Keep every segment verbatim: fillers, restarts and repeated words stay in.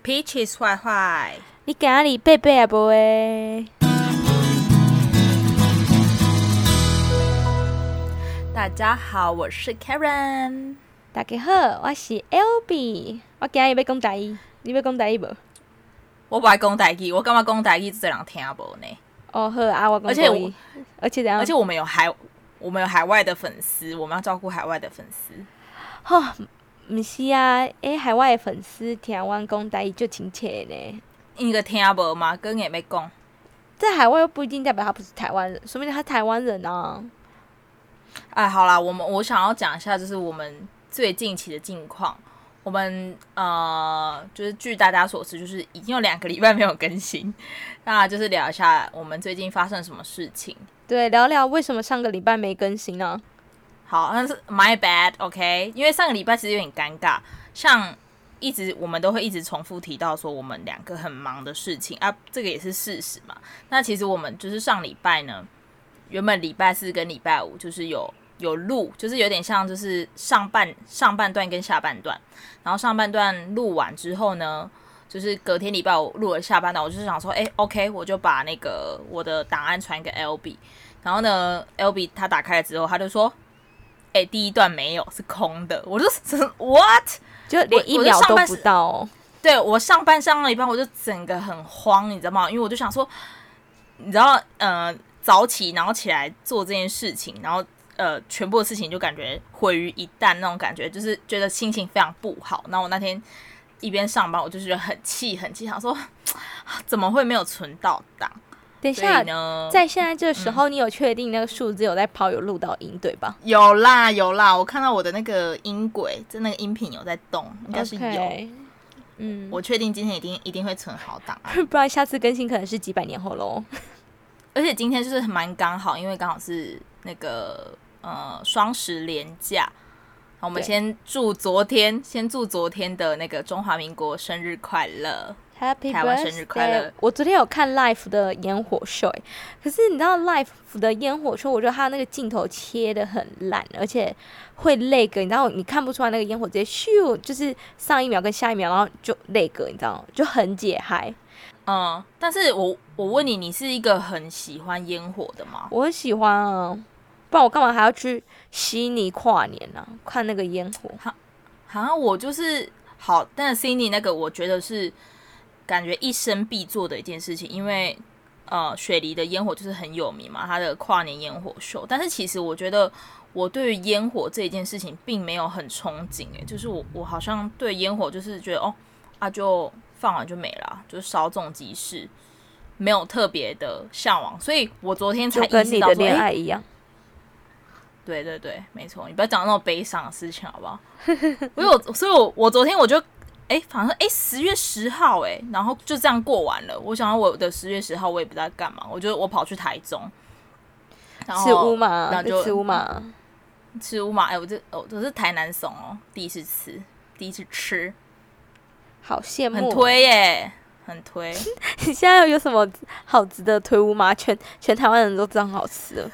Peaches 坏坏， 你今日背背啊不诶？ 大家好，我是 Karen。 大家好，我是 L B。我今日要讲台语，你要讲台语无？ 我不爱讲台语，我干嘛讲台语这人听不呢？ 哦好啊，我讲台语。而且怎样？ 而且我们有海，我们有海外的粉丝，我们要照顾海外的粉丝。 吼、哦，毋是啊，诶，海外的粉丝听阮讲台语就亲切呢。 因个听无嘛，跟也没讲。 在海外又不一定代表他不是台湾人，说不定他台湾人啊。 哎，好啦，我们我想要讲一下，就是我们最近期的近况。我们呃，就是据大家所知，就是已经有两个礼拜没有更新，那就是聊一下我们最近发生什么事情。 对，聊聊为什么上个礼拜没更新呢？ 好，那是 my bad，OK，、okay? 因为上个礼拜其实有点尴尬，像一直我们都会一直重复提到说我们两个很忙的事情啊，这个也是事实嘛。那其实我们就是上礼拜呢，原本礼拜四跟礼拜五就是有有录，就是有点像就是上半上半段跟下半段，然后上半段录完之后呢，就是隔天礼拜五录了下半段，我就是想说，哎、欸、，OK， 我就把那个我的档案传给 L B， 然后呢 ，L B 他打开了之后，他就说。哎、欸，第一段没有，是空的。我就 what， 就连一秒都不到哦。 对，我上半上了一半，我就整个很慌，你知道吗？因为我就想说，你知道，呃，早起然后起来做这件事情，然后呃，全部的事情就感觉毁于一旦那种感觉，就是觉得心情非常不好。然后我那天一边上班，我就觉得很气，很气，想说怎么会没有存到档？ 等一下，在现在这个时候，嗯、你有确定那个数字有在跑，有录到音对吧？ 有啦有啦，我看到我的那个音轨，就那个音频有在动，应该是有。Okay, 嗯，我确定今天一定一定会存好档案， 不然下次更新可能是几百年后喽。 而且今天就是蛮刚好，因为刚好是那个呃双十连假。好，我们先祝昨天，先祝昨天的那个中华民国生日快乐。 Happy 台湾生日快乐！ 我昨天有看 Live 的烟火秀，哎，可是你知道 Live 的烟火秀，我觉得它那个镜头切得很烂，而且会累个，你知道，你看不出来那个烟火直接咻，就是上一秒跟下一秒，然后就累个，你知道，就很解嗨。 嗯，但是我我问你，你是一个很喜欢烟火的吗？ 我很喜欢啊，不然我干嘛还要去悉尼跨年啊？看那个烟火。 好，好像我就是好，但是悉尼那个我觉得是。感觉一生必做的一件事情，因为呃，雪梨的烟火就是很有名嘛，它的跨年烟火秀。但是其实我觉得，我对于烟火这一件事情并没有很憧憬，诶，就是我我好像对烟火就是觉得哦啊，就放完就没了，就稍纵即逝，没有特别的向往。所以我昨天才意识到说， 就跟你的恋爱一样。 对对对，没错，你不要讲那种悲伤的事情，好不好？所以我，所以我我昨天我就。哎，反正哎，十月十号哎，然后就这样过完了。我想到我的十月十号，我也不知道干嘛，我就我跑去台中， 然后吃乌马， 然后就吃乌马， 吃乌马。哎，我这我我是台南怂哦，第一次吃，第一次吃， 好羡慕， 很推耶，很推。 你现在有什么好值得推乌马？全全台湾人都知道很好吃了。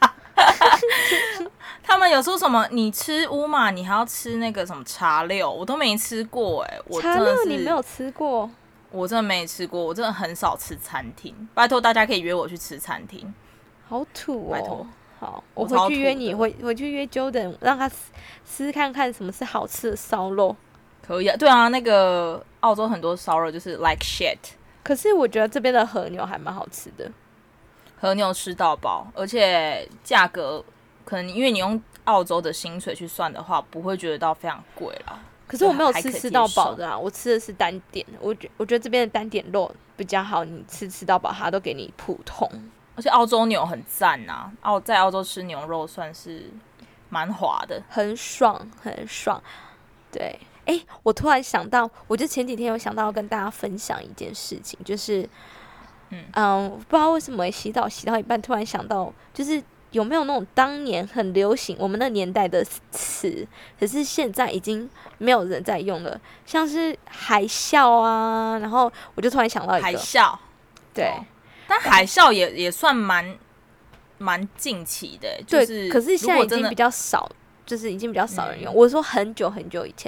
他们有说什么？你吃乌马，你还要吃那个什么茶六，我都没吃过哎、欸。我真的是茶六你没有吃过？ 我真的没吃过，我真的很少吃餐厅。拜托大家可以约我去吃餐厅。 好土哦！ 拜托， 好，我回去约你，回回去约 Jordan， 让他试看看什么是好吃的烧肉。 可以啊，对啊，那个澳洲很多烧肉就是 like shit。 可是我觉得这边的和牛还蛮好吃的。 和牛吃到饱，而且价格。可能因为你用澳洲的薪水去算的话，不会觉得到非常贵啦。 可是我没有吃吃到饱的啊，我吃的是单点。我觉我觉得这边的单点肉比较好，你吃吃到饱，它都给你普通。 而且澳洲牛很赞啊，澳在澳洲吃牛肉算是蛮滑的， 很爽，很爽。对，哎、欸，我突然想到，我就前几天有想到要跟大家分享一件事情，就是，嗯嗯，不知道为什么洗澡洗到一半，突然想到，就是。有没有那种当年很流行我们那年代的词，可是现在已经没有人在用了，像是海啸啊，然后我就突然想到一个海啸， 对， 哦、但海啸也也算蛮蛮近期的，就是对，可是现在已经比较少，就是已经比较少人用。嗯、我说很久很久以前，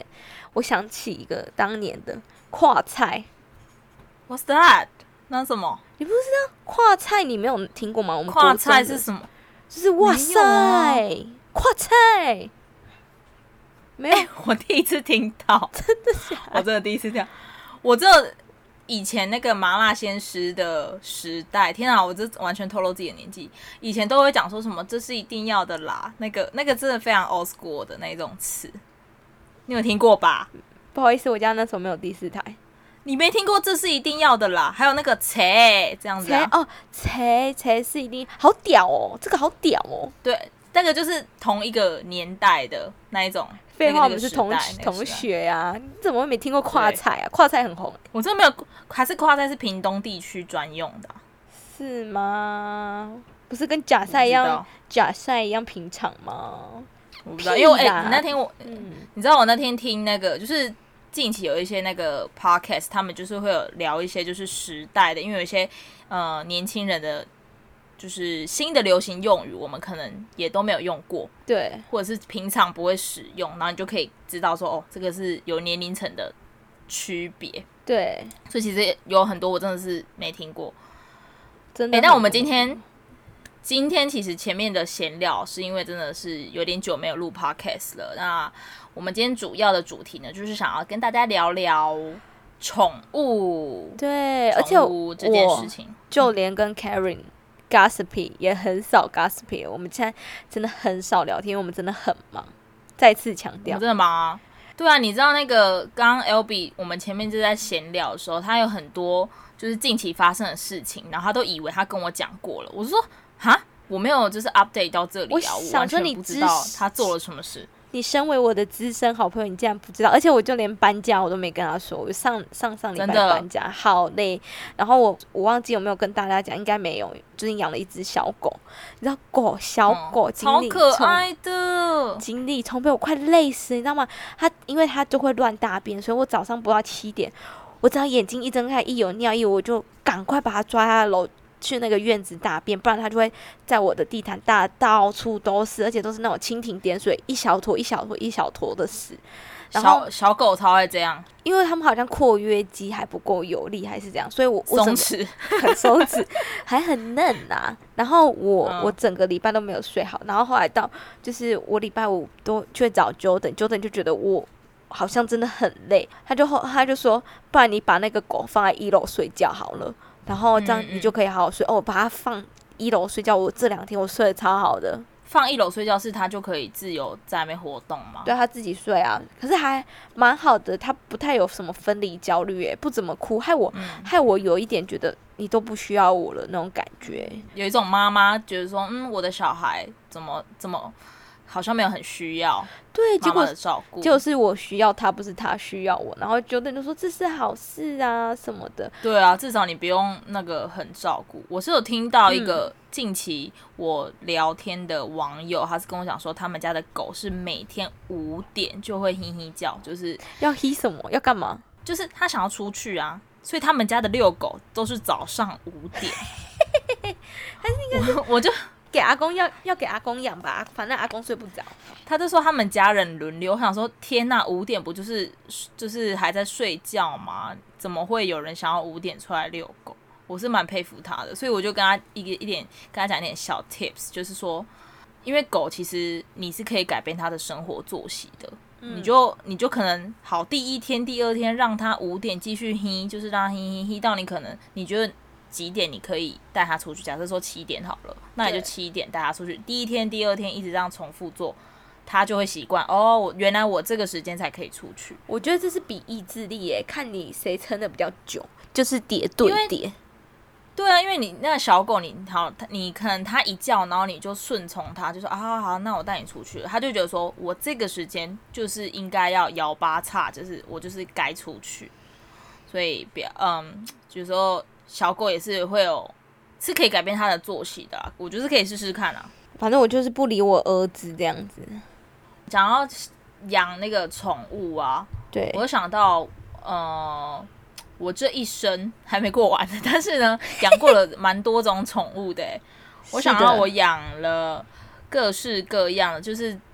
我想起一个当年的跨菜。 What's that？ 那什么？ 你不知道跨菜？你没有听过吗？我们跨菜是什么？ 就是哇塞，啊、跨菜。没有、欸， 我第一次听到， 真的假的？ 我真的第一次听到。我只有以前那个麻辣鲜师的时代，天啊，我这完全透露自己的年纪。以前都会讲说什么这是一定要的啦，那个那个真的非常 old school 的那种词，你有听过吧？ 不好意思，我家那时候没有第四台。 你没听过这是一定要的啦？还有那个切这样子啊？ 哦，切切是一定，好屌哦，这个好屌哦。 对，那个就是同一个年代的那一种。 废话， 那个、 我们是同、那个、同学呀、啊，你怎么会没听过跨菜啊？跨菜很红、欸， 我真的没有，还是跨菜是屏东地区专用的、啊， 是吗？不是跟假菜一样，假菜一样平常吗？ 我不知道，因为哎、欸，你那天我，嗯，你知道我那天听那个就是近期有一些那个 podcast， 他们就是会有聊一些就是时代的，因为有一些呃年轻人的。就是新的流行用语，我们可能也都没有用过， 对， 或者是平常不会使用，然后你就可以知道说，哦，这个是有年龄层的区别， 对， 所以其实有很多我真的是没听过， 真的。 哎、欸，那我们今天今天其实前面的闲聊是因为真的是有点久没有录 podcast 了，那我们今天主要的主题呢，就是想要跟大家聊聊宠物， 对，而且这件事情， 就连跟 Karen。Gossipy 也很少 Gossipy， 我们现在真的很少聊天，因为我们真的很忙。再次强调， 真的忙啊！对啊，你知道那个刚刚 L B 我们前面就在闲聊的时候，他有很多就是近期发生的事情，然后他都以为他跟我讲过了。我就说哈，我没有就是 update 到这里啊，我完全不知道他做了什么事。 你身为我的资深好朋友，你竟然不知道，而且我就连搬家我都没跟他说。我上上上礼拜搬家，好累。然后我我忘记有没有跟大家讲，应该没有。最近养了一只小狗，你知道狗小狗、嗯、 超可爱的， 经历从被我快累死，你知道吗？它因为它就会乱大便，所以我早上不到七点，我只要眼睛一睁开，一有尿意，我就赶快把它抓下楼。去那个院子大便，不然它就会在我的地毯大到处都是，而且都是那种蜻蜓点水，一小坨一小坨一小坨的屎。然后小小狗超爱这样， 因为他们好像括约肌还不够有力，还是这样，所以我松弛， 很松弛，还很嫩啊。然后我、嗯、我整个礼拜都没有睡好，然后后来到就是我礼拜五都去找 Jordan，Jordan 就觉得我好像真的很累，他就他就说，不然你把那个狗放在一楼睡觉好了。然后这样你就可以好好睡、嗯嗯、哦。我把它放一楼睡觉，我这两天我睡得超好的。 放一楼睡觉是它就可以自由在那边活动吗？ 对，它自己睡啊，可是还蛮好的，它不太有什么分离焦虑，哎，不怎么哭，害我、嗯、害我有一点觉得你都不需要我了那种感觉。 有一种妈妈觉得说，嗯，我的小孩怎么怎么好像没有很需要。 对，结果就是我需要他，不是他需要我。然后 Jordan 就说这是好事啊什么的。 对啊，至少你不用那个很照顾。我是有听到一个近期我聊天的网友，嗯、他是跟我讲说，他们家的狗是每天五点就会嘿嘿叫，就是要嘿什么？要干嘛？ 就是他想要出去啊，所以他们家的遛狗都是早上五点。 还是应该是我我就。 给阿公要要给阿公养吧，反正阿公睡不着。 他就说他们家人轮流，我想说天哪，五点不就是就是还在睡觉吗？怎么会有人想要五点出来遛狗？我是蛮佩服他的，所以我就跟他一个一点跟他讲一点小 tips， 就是说，因为狗其实你是可以改变它的生活作息的，嗯、你就你就可能好第一天、第二天让它五点继续嘿，就是让它嘿嘿嘿到你可能你觉得。几点你可以带他出去？假设说七点好了，那你就七点带他出去。第一天、第二天一直这样重复做，他就会习惯。哦，原来我这个时间才可以出去。 我觉得这是比意志力耶，看你谁撑得比较久，就是叠对叠。 对啊，因为你那个小狗你，你好，你可能它一叫，然后你就顺从它，就说啊，好好，那我带你出去了。他就觉得说我这个时间就是应该要摇八叉，就是我就是该出去。所以不要，嗯，就是说。小狗也是会有，是可以改变它的作息的、啊，我觉得可以试试看啊。 反正我就是不理我儿子这样子。 想要养那个宠物啊， 对， 我想到，呃，我这一生还没过完，但是呢，养过了蛮多种宠物的、欸。我想到我养了各式各样的，就是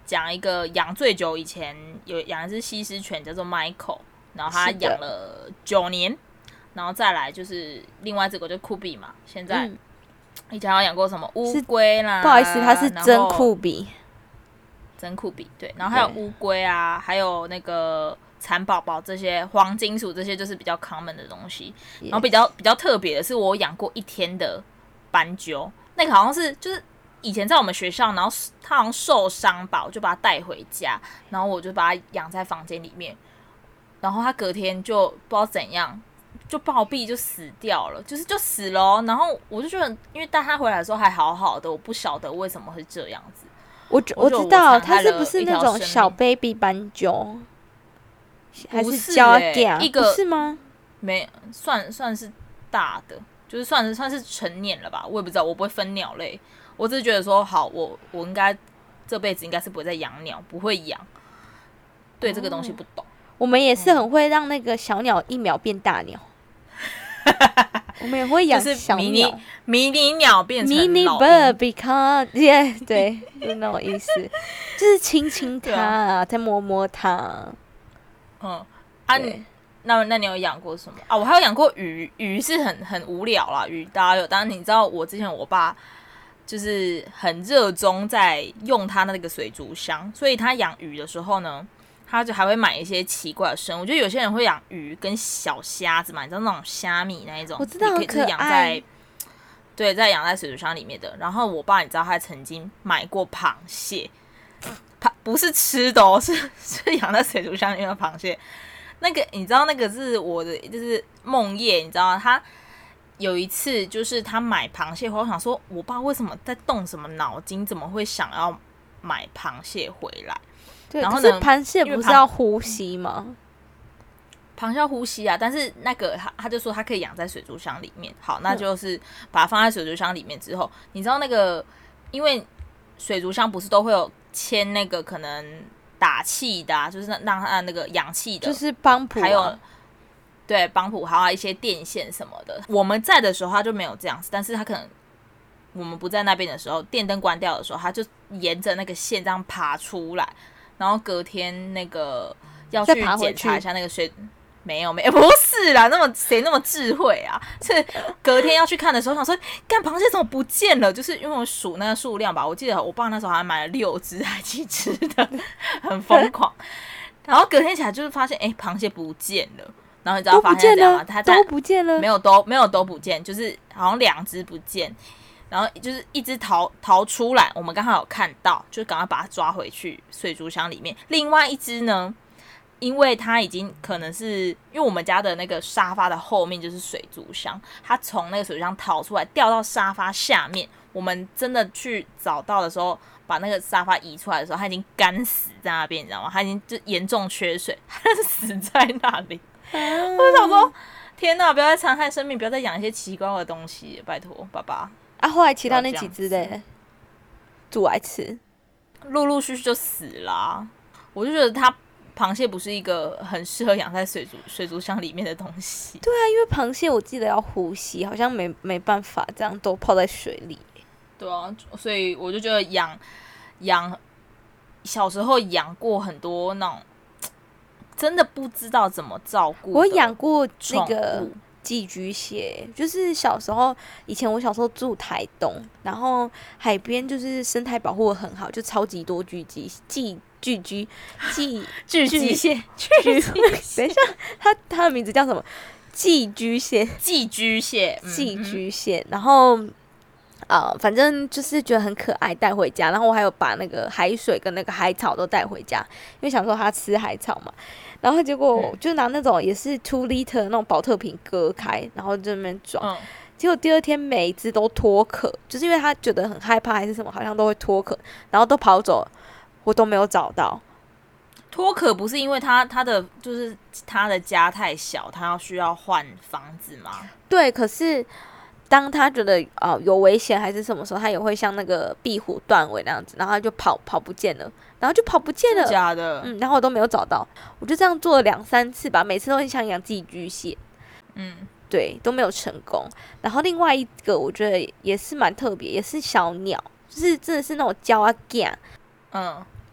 讲一个养最久，以前有养一只西施犬叫做 Michael， 然后他养了九年，然后再来就是另外一只狗就酷比嘛，现在、嗯、以前有养过什么乌龟啦， 不好意思，它是真酷比， 真酷比对，然后还有乌龟啊，还有那个蚕宝宝这些黄金鼠这些就是比较 common 的东西， yes. 然后比较比较特别的是我养过一天的斑鸠，那个好像是就是以前在我们学校，然后他好像受伤吧，我就把他带回家，然后我就把他养在房间里面，然后他隔天就不知道怎样就暴毙就死掉了，就是就死了、哦、然后我就觉得因为带他回来的时候还好好的，我不晓得为什么会这样子。 我我知道他是不是那种小 baby 斑鸠，还是娇嗲？一个不是吗？ 没算算是大的，就是算是算是成年了吧，我也不知道，我不会分鸟类，我只是觉得说好，我我应该这辈子应该是不会再养鸟，不会养，对这个东西不懂。哦、 我们也是很会让那个小鸟一秒变大鸟。我们也会养小鸟， 迷你迷你鸟变成迷你 bird because yeah 对，就是那种意思，就是亲亲它、啊，再摸摸它。 嗯，啊，那那你有养过什么啊？我还有养过鱼，鱼是很很无聊啦，鱼大家有。当然你知道我之前我爸就是很热衷在用他那个水族箱，所以他养鱼的时候呢。他就还会买一些奇怪的生物，我觉得有些人会养鱼跟小虾子嘛，你知道那种虾米那一种， 我知道很可爱， 养在对，在养在水族箱里面的。然后我爸你知道他曾经买过螃蟹，不是吃的哦，是是养在水族箱里面的螃蟹。那个你知道那个是我的就是梦魇，你知道吗？他有一次就是他买螃蟹回来，我想说我爸为什么在动什么脑筋，怎么会想要买螃蟹回来？ 对，然后呢？可是螃蟹不是要呼吸吗？ 螃蟹要呼吸啊，但是那个他他就说他可以养在水族箱里面。好，那就是把它放在水族箱里面之后，你知道那个，因为水族箱不是都会有牵那个可能打气的、啊，就是让它那个氧气的， 就是帮浦、啊， 还有对帮浦，还有一些电线什么的。我们在的时候他就没有这样子，但是他可能我们不在那边的时候，电灯关掉的时候，他就沿着那个线这样爬出来。然后隔天那个要去检查一下那个水，没有没有，不是啦，那么谁那么智慧啊？是隔天要去看的时候，想说，干螃蟹怎么不见了？就是因为我数那个数量吧，我记得我爸那时候还买了六只还几只的，很疯狂。然后隔天起来就是发现，哎，螃蟹不见了。然后你知道发现怎样吗？它都不见了， 没有都没有都不见，就是好像两只不见。然后就是一只逃逃出来，我们刚好有看到，就赶快把它抓回去水族箱里面。另外一只呢，因为它已经可能是因为我们家的那个沙发的后面就是水族箱，它从那个水族箱逃出来，掉到沙发下面。我们真的去找到的时候，把那个沙发移出来的时候，它已经干死在那边，你知道吗？它已经就严重缺水，它死在那里。嗯、我想说，天哪，不要再残害生命，不要再养一些奇怪的东西，拜托，爸爸。 啊，后来其他那几只嘞，煮来吃， 陆陆续续就死了、啊。我就觉得它螃蟹不是一个很适合养在水族水族箱里面的东西。 对啊，因为螃蟹我记得要呼吸，好像没没办法这样都泡在水里。 对啊，所以我就觉得养养小时候养过很多那种真的不知道怎么照顾。 我养过那个。寄居蟹就是小时候，以前我小时候住台东，然后海边就是生态保护得很好，就超级多寄居寄寄居寄寄居蟹， 寄等一下，它它的名字叫什么？寄居蟹， 寄居蟹， 寄居蟹。然后呃，反正就是觉得很可爱，带回家。然后我还有把那个海水跟那个海草都带回家，因为想说它吃海草嘛。然后结果就拿那种也是 two liter 那种保特瓶割开，然后在那边装、嗯。结果第二天每一只都脱壳，就是因为他觉得很害怕还是什么，好像都会脱壳，然后都跑走了，我都没有找到。 脱壳不是因为他他的就是他的家太小，他要需要换房子吗？ 对，可是当他觉得、呃、有危险还是什么时候，他也会像那个壁虎断尾那样子，然后他就跑跑不见了。然后就跑不见了， 真的假的？ 嗯，然后我都没有找到，我就这样做了两三次吧，每次都很想养寄居蟹，嗯，对，都没有成功。然后另外一个我觉得也是蛮特别，也是小鸟，就是真的是那种鸟仔囝，嗯，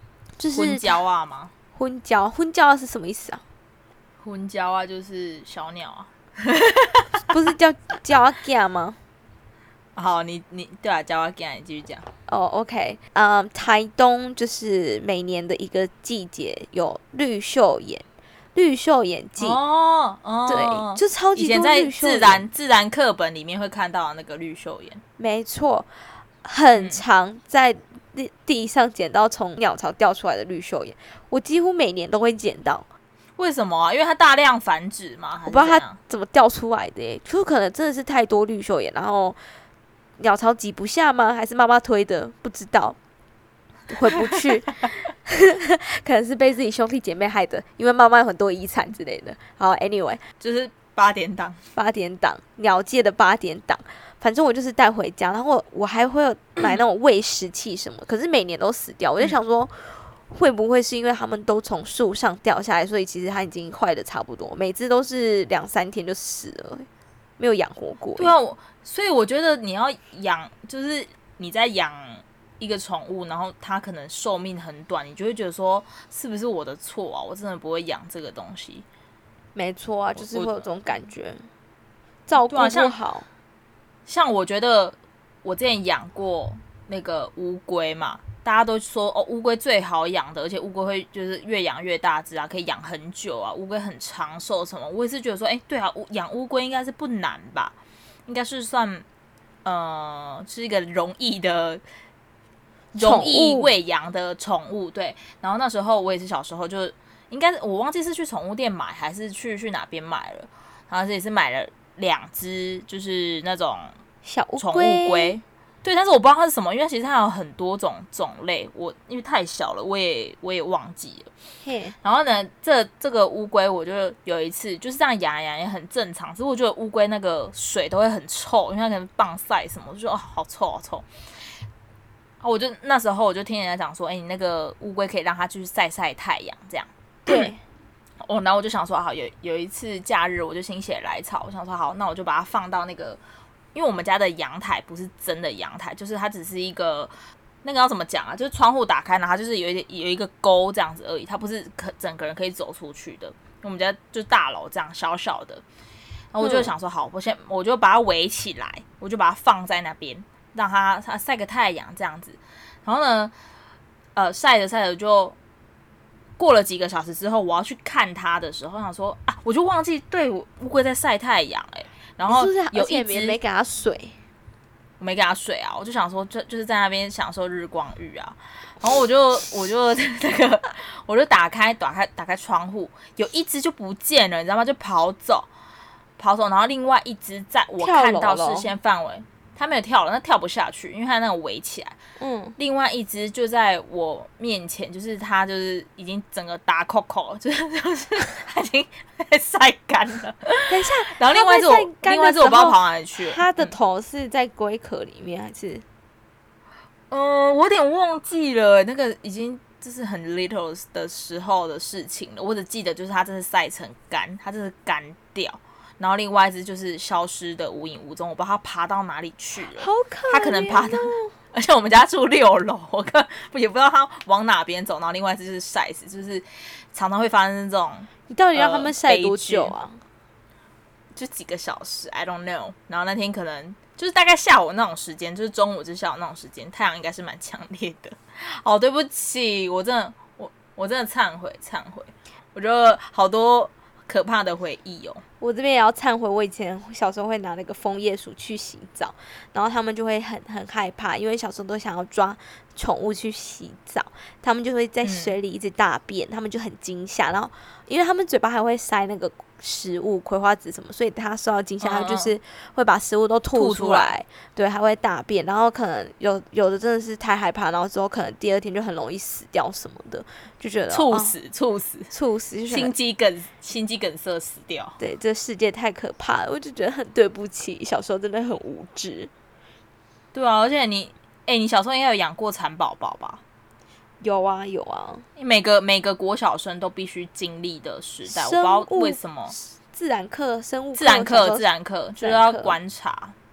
就是昏椒啊吗？ 昏椒，昏椒是什么意思啊？ 昏椒啊，就是小鸟啊。 不是叫椒仔吗？ 好，你你对啊，椒仔，你继续讲。 哦、oh, ，OK， 嗯、um, 台东就是每年的一个季节有绿秀眼，绿秀眼季。 哦哦， 对，就超级多以前在绿秀眼。 自然自然课本里面会看到的那个绿秀眼。 没错，很常在地上捡到从鸟巢掉出来的绿秀眼，我几乎每年都会捡到。 为什么啊？因为它大量繁殖吗？ 我不知道它怎么掉出来的耶，就可能真的是太多绿秀眼，然后鸟巢挤不下吗？还是妈妈推的？不知道，回不去，可能是被自己兄弟姐妹害的，因为妈妈有很多遗产之类的。好 ，anyway， 就是八点档， 八点档，鸟界的八点档。反正我就是带回家，然后我还会有买那种喂食器什么，可是每年都死掉。我就想说，会不会是因为他们都从树上掉下来，所以其实它已经坏的差不多，每只都是两三天就死了，没有养活过。 对啊，我所以我觉得你要养，就是你在养一个宠物，然后它可能寿命很短，你就会觉得说，是不是我的错啊？我真的不会养这个东西。 没错啊，就是会有这种感觉，照顾不好。 像我觉得我之前养过那个乌龟嘛，大家都说哦，乌龟最好养的，而且乌龟会就是越养越大只啊，可以养很久啊，乌龟很长寿什么。我也是觉得说，哎、欸，对啊，养乌龟应该是不难吧？应该是算呃是一个容易的、容易喂养的宠物。对，然后那时候我也是小时候就应该我忘记是去宠物店买还是去去哪边买了，然后这也是买了两只，就是那种小宠物龟。对，但是我不知道它是什么，因为其实它有很多种种类，我因为太小了，我也我也忘记了。 Hey. 然后呢，这这个乌龟，我就有一次就是这样养养也很正常，只是我觉得乌龟那个水都会很臭，因为它可能棒晒什么，我就觉得哦好臭好臭。我就那时候我就听人家讲说，哎、欸，你那个乌龟可以让它去晒晒太阳，这样。 对。 哦，然后我就想说，好，有有一次假日，我就心血来潮，我想说，好，那我就把它放到那个。因为我们家的阳台不是真的阳台，就是它只是一个那个要怎么讲啊？就是窗户打开，然后它就是有一有一个沟这样子而已，它不是可整个人可以走出去的。我们家就是大楼这样小小的，然后我就想说，好，我先我就把它围起来，我就把它放在那边，让它它晒个太阳这样子。然后呢，呃，晒着晒着就过了几个小时之后，我要去看它的时候，想说啊，我就忘记对乌龟在晒太阳哎、欸。然后有一只没给它水， 我没给它水啊，我就想说，就就是在那边享受日光浴啊。然后我就我就那个，我就打开打开打开窗户，有一只就不见了，你知道吗？就跑走跑走，然后另外一只在我看到视线范围，它没有跳了，那跳不下去，因为它那个围起来。嗯，另外一只就在我面前，就是它就是已经整个打扣扣，就是就是它已经被晒干了。 等一下， 然后另外一只我另外一只我不知道跑哪里去了。 它的头是在龟壳里面还是？ 嗯、呃，我有点忘记了，那个已经就是很 little 的时候的事情了。我只记得就是它真是晒成干，它真是干掉。然后另外一只就是消失的无影无踪，我不知道它爬到哪里去了。 好可怜、哦， 它可能爬到，而且我们家住六楼，我根本也不知道它往哪边走。然后另外一只就是晒死，就是常常会发生这种。 你到底让他们晒多久啊、呃？ 就几个小时 ，I don't know。然后那天可能就是大概下午那种时间，就是中午至下午那种时间，太阳应该是蛮强烈的。哦，对不起，我真的，我我真的忏悔忏悔，我觉得好多可怕的回忆哦。 我这边也要忏悔，我以前小时候会拿那个枫叶鼠去洗澡，然后他们就会很很害怕，因为小时候都想要抓宠物去洗澡，他们就会在水里一直大便，嗯、他们就很惊吓，然后因为他们嘴巴还会塞那个食物、葵花籽什么，所以他受到惊吓，他就是会把食物都吐出来， 吐出来对，还会大便，然后可能有有的真的是太害怕，然后之后可能第二天就很容易死掉什么的，就觉得猝死、哦、猝死、 猝死， 心肌梗、心肌梗塞死掉， 对，这世界太可怕了，我就觉得很对不起，小时候真的很无知。 对啊，而且你，哎、欸，你小时候应该有养过蚕宝宝吧？ 有啊有啊， 每个每个国小生都必须经历的时代，我不知道为什么。 自然课、生物课自然课、自然课就是要观察，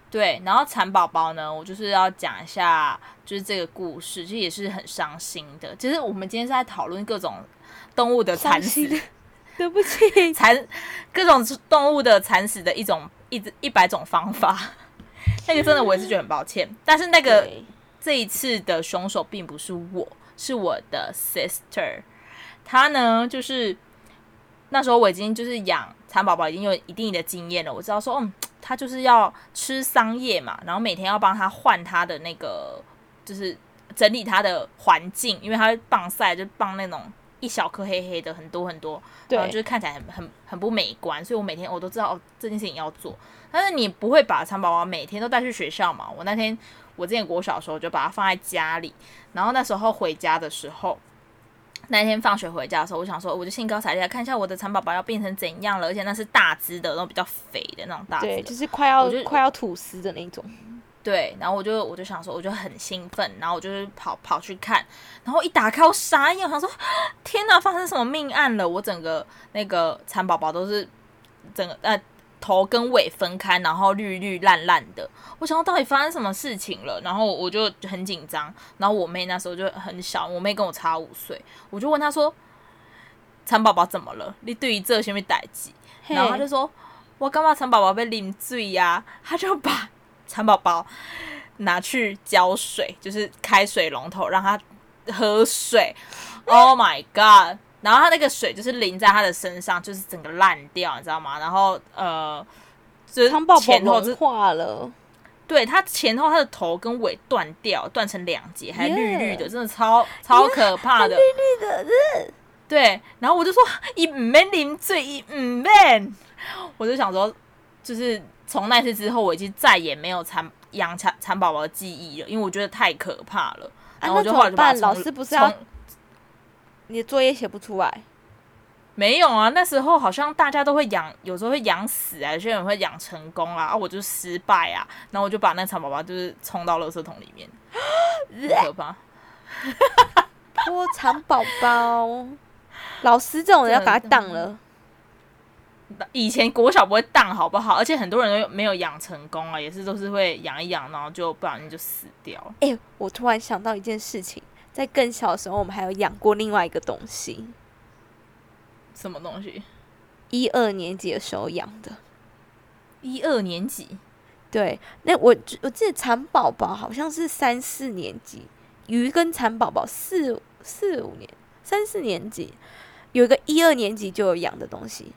对，然后蚕宝宝呢，我就是要讲一下，就是这个故事，其实也是很伤心的。其实我们今天是在讨论各种动物的惨死， 对不起， 惨各种动物的惨死的一种一一百种方法。那个真的我也是觉得很抱歉，但是那个这一次的凶手并不是我，是我的 sister。她呢，就是那时候我已经就是养蚕宝宝已经有一定的经验了，我知道说，嗯。他就是要吃桑叶嘛，然后每天要帮他换他的那个，就是整理他的环境，因为他会棒晒，就棒那种一小颗黑黑的，很多很多，然后就是看起来很很很不美观，所以我每天我都知道哦这件事情要做。但是你不会把蚕宝宝每天都带去学校嘛？我那天我之前国小的时候就把它放在家里，然后那时候回家的时候。那天放学回家的时候，我想说，我就兴高采烈看一下我的蚕宝宝要变成怎样了，而且那是大只的，那种比较肥的那种大只的， 对，就是快要快要吐丝的那种。 对，然后我就我就想说，我就很兴奋，然后我就是跑跑去看，然后一打开我傻眼，我想说，天哪，发生什么命案了？我整个那个蚕宝宝都是整个呃。头跟尾分开，然后绿绿烂烂的，我想到到底发生什么事情了，然后我就很紧张，然后我妹那时候就很小，我妹跟我差五岁，我就问她说：“蚕宝宝怎么了？你对于这什么代志？”然后她就说：“我感觉蚕宝宝被淋水呀。”她就把蚕宝宝拿去浇水，就是开水龙头让它喝水。Oh my god！然后他那个水就是淋在他的身上，就是整个烂掉，你知道吗？然后呃，就是前后是化了， 对，他前后他的头跟尾断掉，断成两截，还绿绿的， yeah. 真的超超可怕的， yeah, 绿绿的， 对。然后我就说，伊唔免淋水，伊唔免。我就想说，就是从那次之后，我已经再也没有蚕养蚕蚕宝宝的记忆了，因为我觉得太可怕了。然后我就后来就把它老师不是要。你的作业写不出来？ 没有啊，那时候好像大家都会养，有时候会养死啊，有些人会养成功啊，啊，我就失败啊，然后我就把那蚕宝宝就是冲到垃圾桶里面，很可怕。 破蚕宝宝，老师这种人要把他当了。 以前国小不会当好不好？而且很多人都没有养成功啊，也是都是会养一养，然后就不小心就死掉了。 哎、欸，我突然想到一件事情。在更小的时候，我们还有养过另外一个东西。 什么东西？ 一二年级的时候养的。 一二年级？ 对，那我我记得蚕宝宝好像是三四年级，鱼跟蚕宝宝四四五年三四年级，有一个一二年级就有养的东西。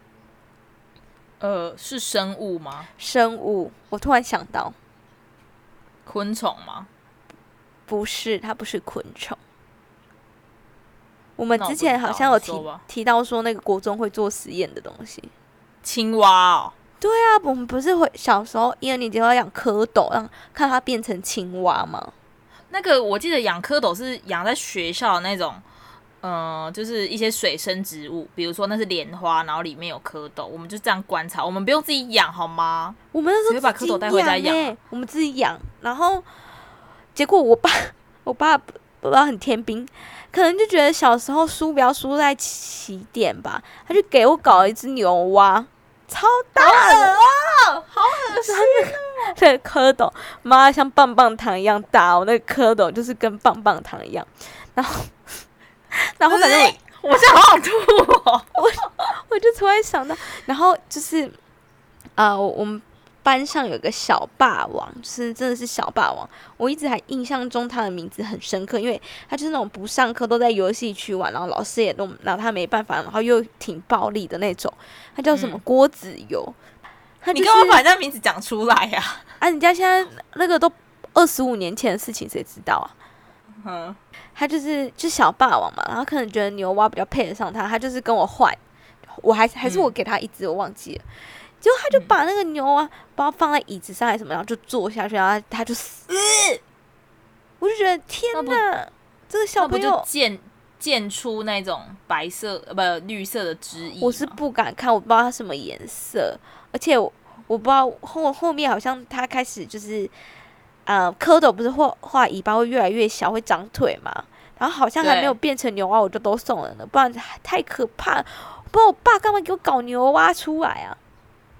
呃，是生物吗？ 生物，我突然想到， 昆虫吗？ 不是，它不是昆虫。我们之前好像有提提到说，那个国中会做实验的东西， 青蛙哦。 对啊，我们不是会小时候一二年级要养蝌蚪，让看它变成青蛙吗？ 那个我记得养蝌蚪是养在学校的那种，嗯、呃，就是一些水生植物，比如说那是莲花，然后里面有蝌蚪，我们就这样观察，我们不用自己养好吗？ 我们那时候只会把蝌蚪带回家养、 欸，我们自己养，然后。结果我爸，我爸不知道很天兵，可能就觉得小时候输不要输在起点吧，他就给我搞了一只牛蛙，超大的， 好恶哦，好恶心哦！那个蝌蚪，妈像棒棒糖一样大哦，那个蝌蚪就是跟棒棒糖一样，然后，然后反正我， 我现在好想吐哦， 我我就突然想到，然后就是啊、呃，我们。班上有个小霸王，就是真的是小霸王。我一直还印象中他的名字很深刻，因为他就是那种不上课都在游戏区玩，然后老师也都拿他没办法，然后又挺暴力的那种。他叫什么？郭子游。他就是、 你干嘛把人家名字讲出来呀、啊？ 啊，人家现在那个都二十五年前的事情，谁知道啊？ 嗯， 他就是就小霸王嘛，然后可能觉得牛蛙比较配得上他，他就是跟我换，我还还是我给他一只，我忘记了。结果他就把那个牛啊，不知道放在椅子上还是什么，然后就坐下去，然后他就死。呃、我就觉得天哪，这个小朋友就溅溅出那种白色呃不绿色的汁液。 我是不敢看，我不知道它什么颜色，而且我我不知道后后面好像他开始就是呃蝌蚪不是画画尾巴会越来越小，会长腿嘛，然后好像还没有变成牛蛙，我就都送人了，不然太可怕了。不知道我爸干嘛给我搞牛蛙出来啊？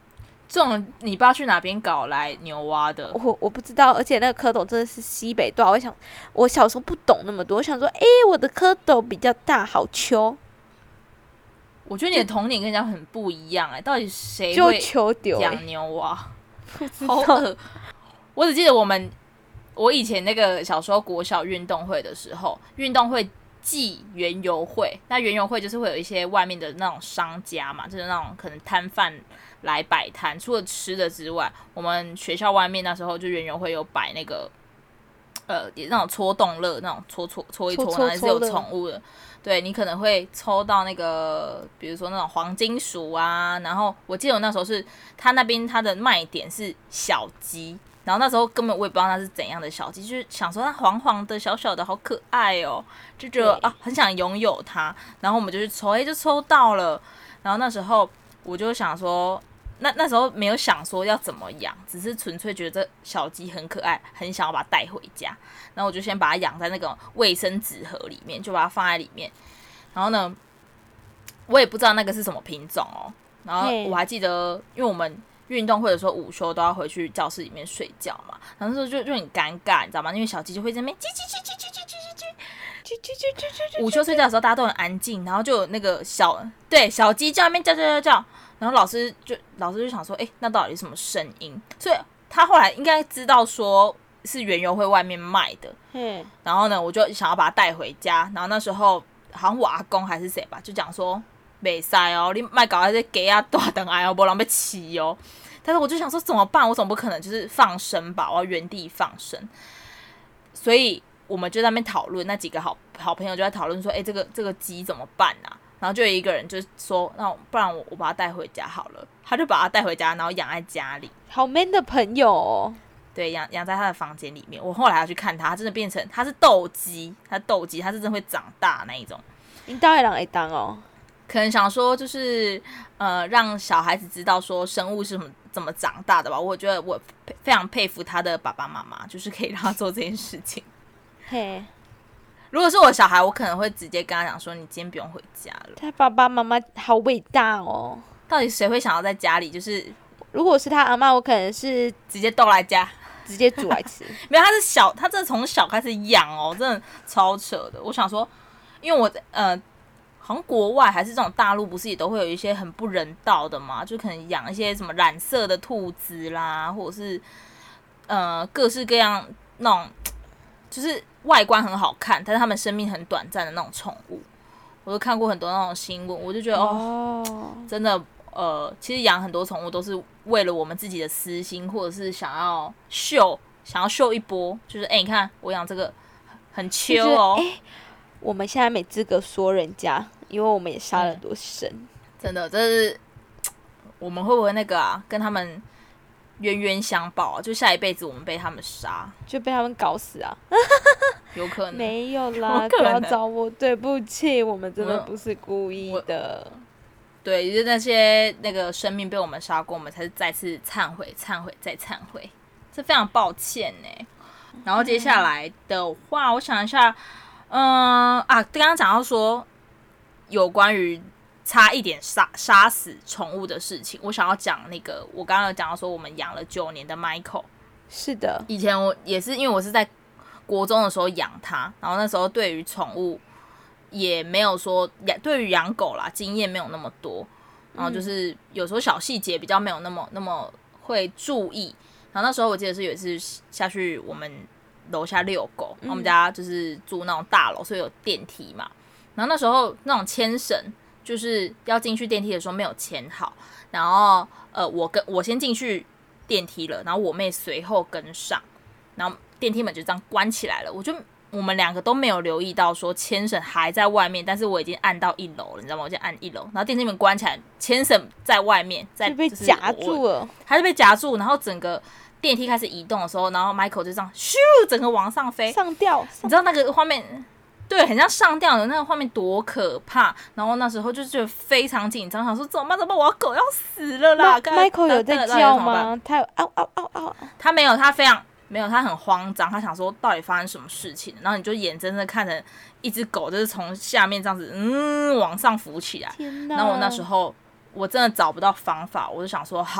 这种你爸去哪边搞来牛蛙的？ 我我不知道，而且那个蝌蚪真的是西北大。我想，我小时候不懂那么多，我想说，哎、欸，我的蝌蚪比较大，好秋。 我觉得你的童年跟人家很不一样哎、欸，到底谁会养牛蛙？好恶！我只记得我们，我以前那个小时候国小运动会的时候，运动会暨园游会，那园游会就是会有一些外面的那种商家嘛，就是那种可能摊贩来摆摊，除了吃的之外，我们学校外面那时候就园游会有摆那个呃那种戳洞乐，那种戳戳戳一戳，然后还是有宠物的。对，你可能会抽到那个，比如说那种黄金鼠啊，然后我记得我那时候是他那边他的卖点是小鸡，然后那时候根本我也不知道它是怎样的小鸡，就是想说它黄黄的小小的好可爱哦，就觉得啊很想拥有它，然后我们就去抽，哎就抽到了，然后那时候我就想说。那那时候没有想说要怎么养，只是纯粹觉得这小鸡很可爱，很想要把它带回家。然后我就先把它养在那个卫生纸盒里面，就把它放在里面。然后呢，我也不知道那个是什么品种哦。然后我还记得，因为我们运动会的时候午休都要回去教室里面睡觉嘛，然后那时候就就很尴尬，你知道吗？因为小鸡就会在那边叽叽叽叽叽叽叽叽叽叽。午休睡觉的时候大家都很安静，然后就有那个小对小鸡在那边叫叫叫叫。然后老师就老师就想说，哎，那到底是什么声音？所以他后来应该知道说是园游会外面卖的。嗯。然后呢，我就想要把它带回家。然后那时候好像我阿公还是谁吧，就讲说，袂使哦，你卖搞那些鸡啊大等哎哦，不然被骑哦。但是我就想说怎么办？我总不可能就是放生吧？我要原地放生。所以我们就在那边讨论，那几个好好朋友就在讨论说，哎，这个这个鸡怎么办啊？然后就有一个人就说，那不然我我把它带回家好了。他就把它带回家，然后养在家里。 好 man 的朋友哦。 对，养养在他的房间里面。我后来要去看他，他真的变成他是斗鸡，他斗鸡，他是真的会长大那一种。 你当然会当哦。 可能想说就是呃，让小孩子知道说生物是怎么怎么长大的吧。我觉得我非常佩服他的爸爸妈妈，就是可以让他做这件事情。 嘿。 如果是我小孩，我可能会直接跟他讲说：“你今天不用回家了。” 他爸爸妈妈好伟大哦！ 到底谁会想要在家里？就是如果是他阿嬷，我可能是直接逗来家， 直接煮来吃。 没有，他是小，他真的从小开始养哦，真的超扯的。我想说，因为我呃，好像国外还是这种大陆，不是也都会有一些很不人道的嘛？就可能养一些什么染色的兔子啦，或者是呃各式各样那种，就是外观很好看，但是他们生命很短暂的那种宠物。我都看过很多那种新闻，我就觉得哦，哦真的呃，其实养很多宠物都是为了我们自己的私心，或者是想要秀，想要秀一波，就是哎、欸，你看我养这个很秋哦。 哎、欸，我们现在没资格说人家，因为我们也杀了很多生、嗯。 真的，这是我们会不会那个啊，跟他们冤冤相报啊？就下一辈子我们被他们杀， 就被他们搞死啊？ 有可能没有啦，不要找我，对不起，我们真的不是故意的。 对，就是那些那个生命被我们杀过，我们才是再次忏悔、忏悔再忏悔，这非常抱歉呢。然后接下来的话，我想一下，嗯啊，刚刚讲到说有关于差一点杀杀死宠物的事情，我想要讲那个，我刚刚有讲到说我们养了九年的 Michael， 是的， 以前我也是因为我是在国中的时候养它，然后那时候对于宠物也没有说养，对于养狗啦经验没有那么多，然后就是有时候小细节比较没有那么那么会注意。然后那时候我记得是有一次下去我们楼下遛狗，然后我们家就是住那种大楼，所以有电梯嘛。然后那时候那种牵绳就是要进去电梯的时候没有牵好，然后呃我跟我先进去电梯了，然后我妹随后跟上，然后电梯门就这样关起来了，我就我们两个都没有留意到说牵绳还在外面，但是我已经按到一楼了，你知道吗？我已经按一楼，然后电梯门关起来，牵绳在外面，在就被夹住了， 还是被夹住，然后整个电梯开始移动的时候，然后 Michael 就这样咻，整个往上飞， 上吊， 你知道那个画面？对，很像上吊的那个画面多可怕！然后那时候就觉得非常紧张，想说怎么办？怎么办？我的狗要死了啦 ！Michael 有在叫吗？他有嗷嗷嗷嗷， 他没有，他非常没有，他很慌张，他想说到底发生什么事情？然后你就眼睁睁看着一只狗就是从下面这样子嗯往上浮起来。然后我那时候我真的找不到方法，我就想说好，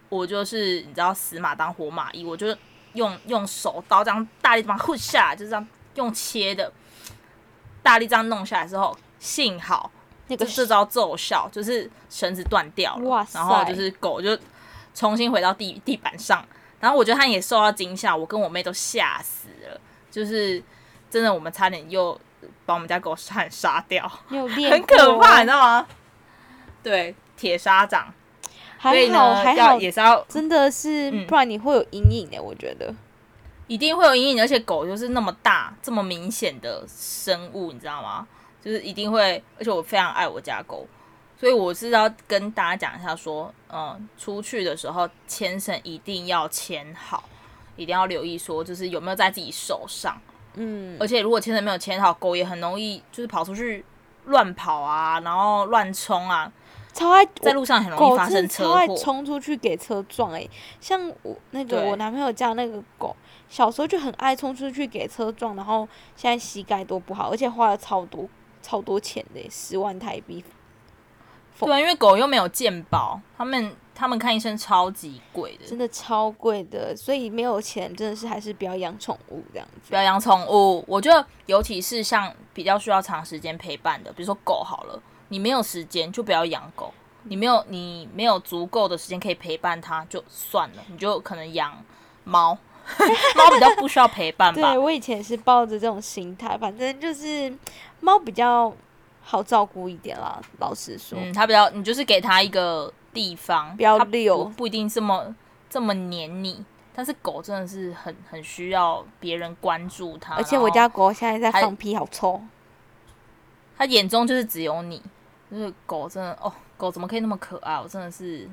我就是你知道死马当活马医，我就用用手刀这样大力把它呼下来，就这样用切的，大力这样弄下来之后，幸好那个这招奏效，就是绳子断掉了， 哇塞， 然后就是狗就重新回到地地板上，然后我觉得它也受到惊吓，我跟我妹都吓死了，就是真的我们差点又把我们家狗差点杀掉， 你有练很可怕，你知道吗？对，铁砂掌。 还好还好， 也是要真的是， 嗯、 不然你会有阴影的。我觉得一定会有阴影，而且狗就是那么大、这么明显的生物，你知道吗？就是一定会，而且我非常爱我家狗，所以我是要跟大家讲一下说，嗯，出去的时候牵绳一定要牵好，一定要留意说，就是有没有在自己手上。 嗯， 而且如果牵绳没有牵好，狗也很容易就是跑出去乱跑啊，然后乱冲啊。 超爱在路上很容易发生车祸， 超爱冲出去给车撞哎、欸！像我那个我男朋友家那个狗，小时候就很爱冲出去给车撞，然后现在膝盖都不好，而且花了超多超多钱的、欸，十万台币。 对啊，因为狗又没有健保，他们他们看医生超级贵的， 真的超贵的，所以没有钱真的是还是不要养宠物这样子。 不要养宠物，我觉得尤其是像比较需要长时间陪伴的，比如说狗好了。你没有时间就不要养狗，你没有你没有足够的时间可以陪伴它就算了，你就可能养猫，猫比较不需要陪伴吧。 对，我以前也是抱着这种心态，反正就是猫比较好照顾一点啦。老实说， 嗯，它比较，你就是给它一个地方， 不要溜， 不不一定这么这么黏你。但是狗真的是很很需要别人关注它， 而且我家狗现在在放屁，好臭。 它眼中就是只有你。就是狗真的哦，狗怎么可以那么可爱？我真的是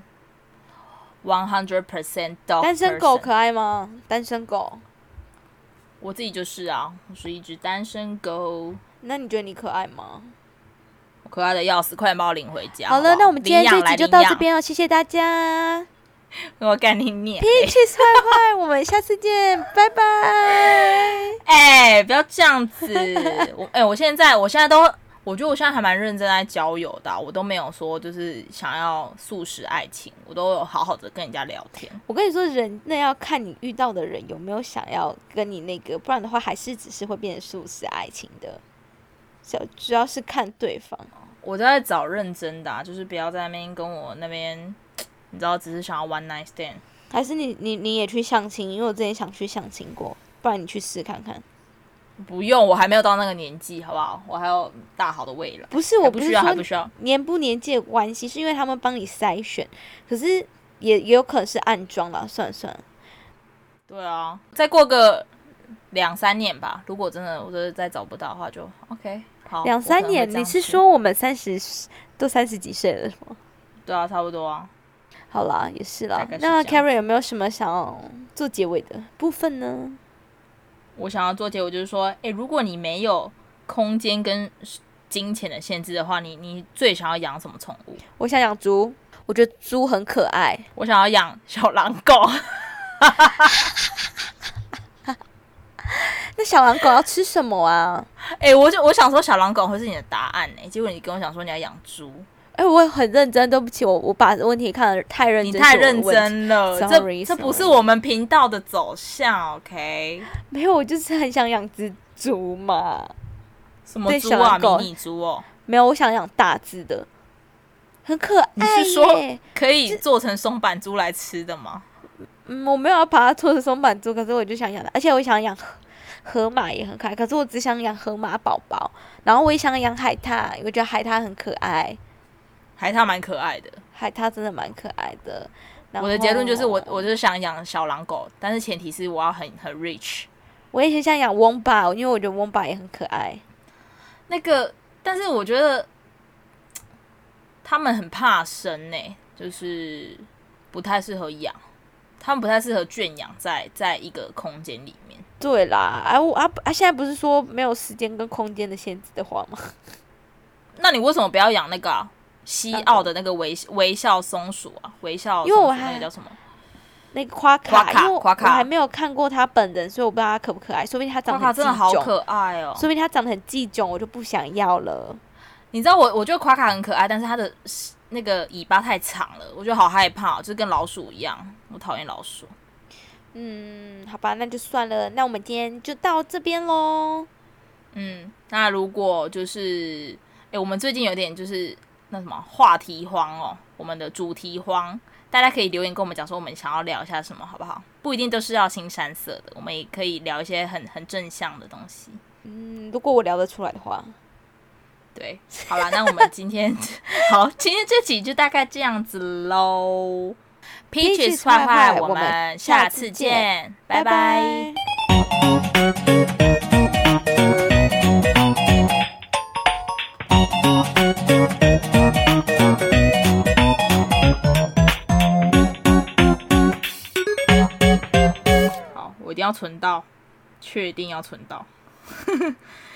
one hundred percent dog。 单身狗可爱吗？单身狗， 我自己就是啊，我是一只单身狗。 那你觉得你可爱吗？ 我可爱的要死，快点把我领回家。 好了， 好好那我们今天这集就到这边了，谢谢大家。 我干你念 ，Peaches 坏坏，我们下次见，拜拜。 哎、欸，不要这样子，我哎、欸，我现在我现在都。我觉得我现在还蛮认真在交友的、啊，我都没有说就是想要速食爱情，我都有好好的跟人家聊天。 我跟你说，人那要看你遇到的人有没有想要跟你那个，不然的话还是只是会变成速食爱情的。主要是看对方。 我在找认真的、啊，就是不要在那边跟我那边，你知道，只是想要 one night stand。 还是你你你也去相亲，因为我之前想去相亲过，不然你去试看看。 不用，我还没有到那个年纪，好不好？我还有大好的未来。 不是，我不需要，还不需要。 年不年纪的关系，是因为他们帮你筛选，可是也也有可能是暗装啦，算了算了。 对啊，再过个两三年吧，如果真的我真的再找不到的话就，就 OK。好， 两三年，你是说我们三十都三十几岁了是吗？ 对啊，差不多啊。 好啦，也是啦。是那 Karen 有没有什么想要做结尾的部分呢？ 我想要做结尾就是说，哎、欸，如果你没有空间跟金钱的限制的话，你你最想要养什么宠物？ 我想养猪，我觉得猪很可爱。 我想要养小狼狗。 那小狼狗要吃什么啊？ 哎、欸，我就我想说小狼狗会是你的答案呢、欸，结果你跟我讲说你要养猪。 哎、欸，我很认真，对不起，我我把问题看得太认真， 你太认真了， Sorry, 这这不是我们频道的走向 ，OK？ 没有，我就是很想养只猪嘛。 什么猪啊？迷你猪哦？ 没有，我想养大只的，很可爱。 你是说可以做成松板猪来吃的吗？ 嗯，我没有要把它做成松板猪，可是我就想养它，而且我想养河马也很可爱，可是我只想养河马宝宝，然后我也想养海獭，我觉得海獭很可爱。 海獭蛮可爱的， 海獭真的蛮可爱的。 我的结论就是我，我就是想养小狼狗，但是前提是我要很很 rich。 我也很想养翁巴，因为我觉得翁巴也很可爱。 那个，但是我觉得他们很怕生呢、欸，就是不太适合养，他们不太适合圈养在在一个空间里面。 对啦，啊我啊啊！现在不是说没有时间跟空间的限制的话吗？ 那你为什么不要养那个、啊、西澳的那个微微笑松鼠啊？微笑松鼠，因为我还那个叫什么？ 那个夸卡， 夸卡， 因为我还没有看过他本人，所以我不知道他可不可爱。说不定他长得很真的好可爱哦， 说不定他长得很寄种，我就不想要了。 你知道我，我觉得夸卡很可爱，但是他的那个尾巴太长了，我觉得好害怕，就是跟老鼠一样，我讨厌老鼠。 嗯，好吧，那就算了，那我们今天就到这边咯。 嗯，那如果就是，哎，我们最近有点就是那什么话题荒哦，我们的主题荒，大家可以留言跟我们讲说我们想要聊一下什么，好不好？不一定都是要新山色的，我们也可以聊一些很很正向的东西。 嗯，如果我聊得出来的话。 对，好啦，那我们今天好，今天这集就大概这样子喽。Peaches 坏坏，我们下次见，拜拜。好，我一定要存到，确定要存到。